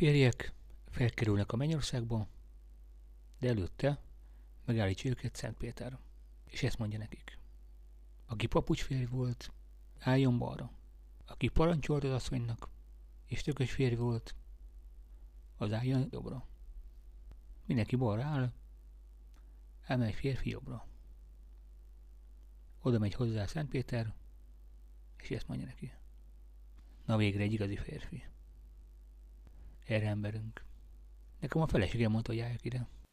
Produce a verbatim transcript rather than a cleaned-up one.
férjek felkerülnek a Mennyországba, de előtte megállítja őket Szentpéter. És ezt mondja nekik. Aki papucsférj volt, álljon balra. Aki parancsolt az asszonynak, és tökös férj volt, az álljon jobbra. Mindenki balra áll, elmegy férfi jobbra. Oda megy hozzá Szentpéter, és ezt mondja neki. Na végre egy igazi férfi. Erre emberünk. Nekem a feleségem mondta, hogy álljak ide.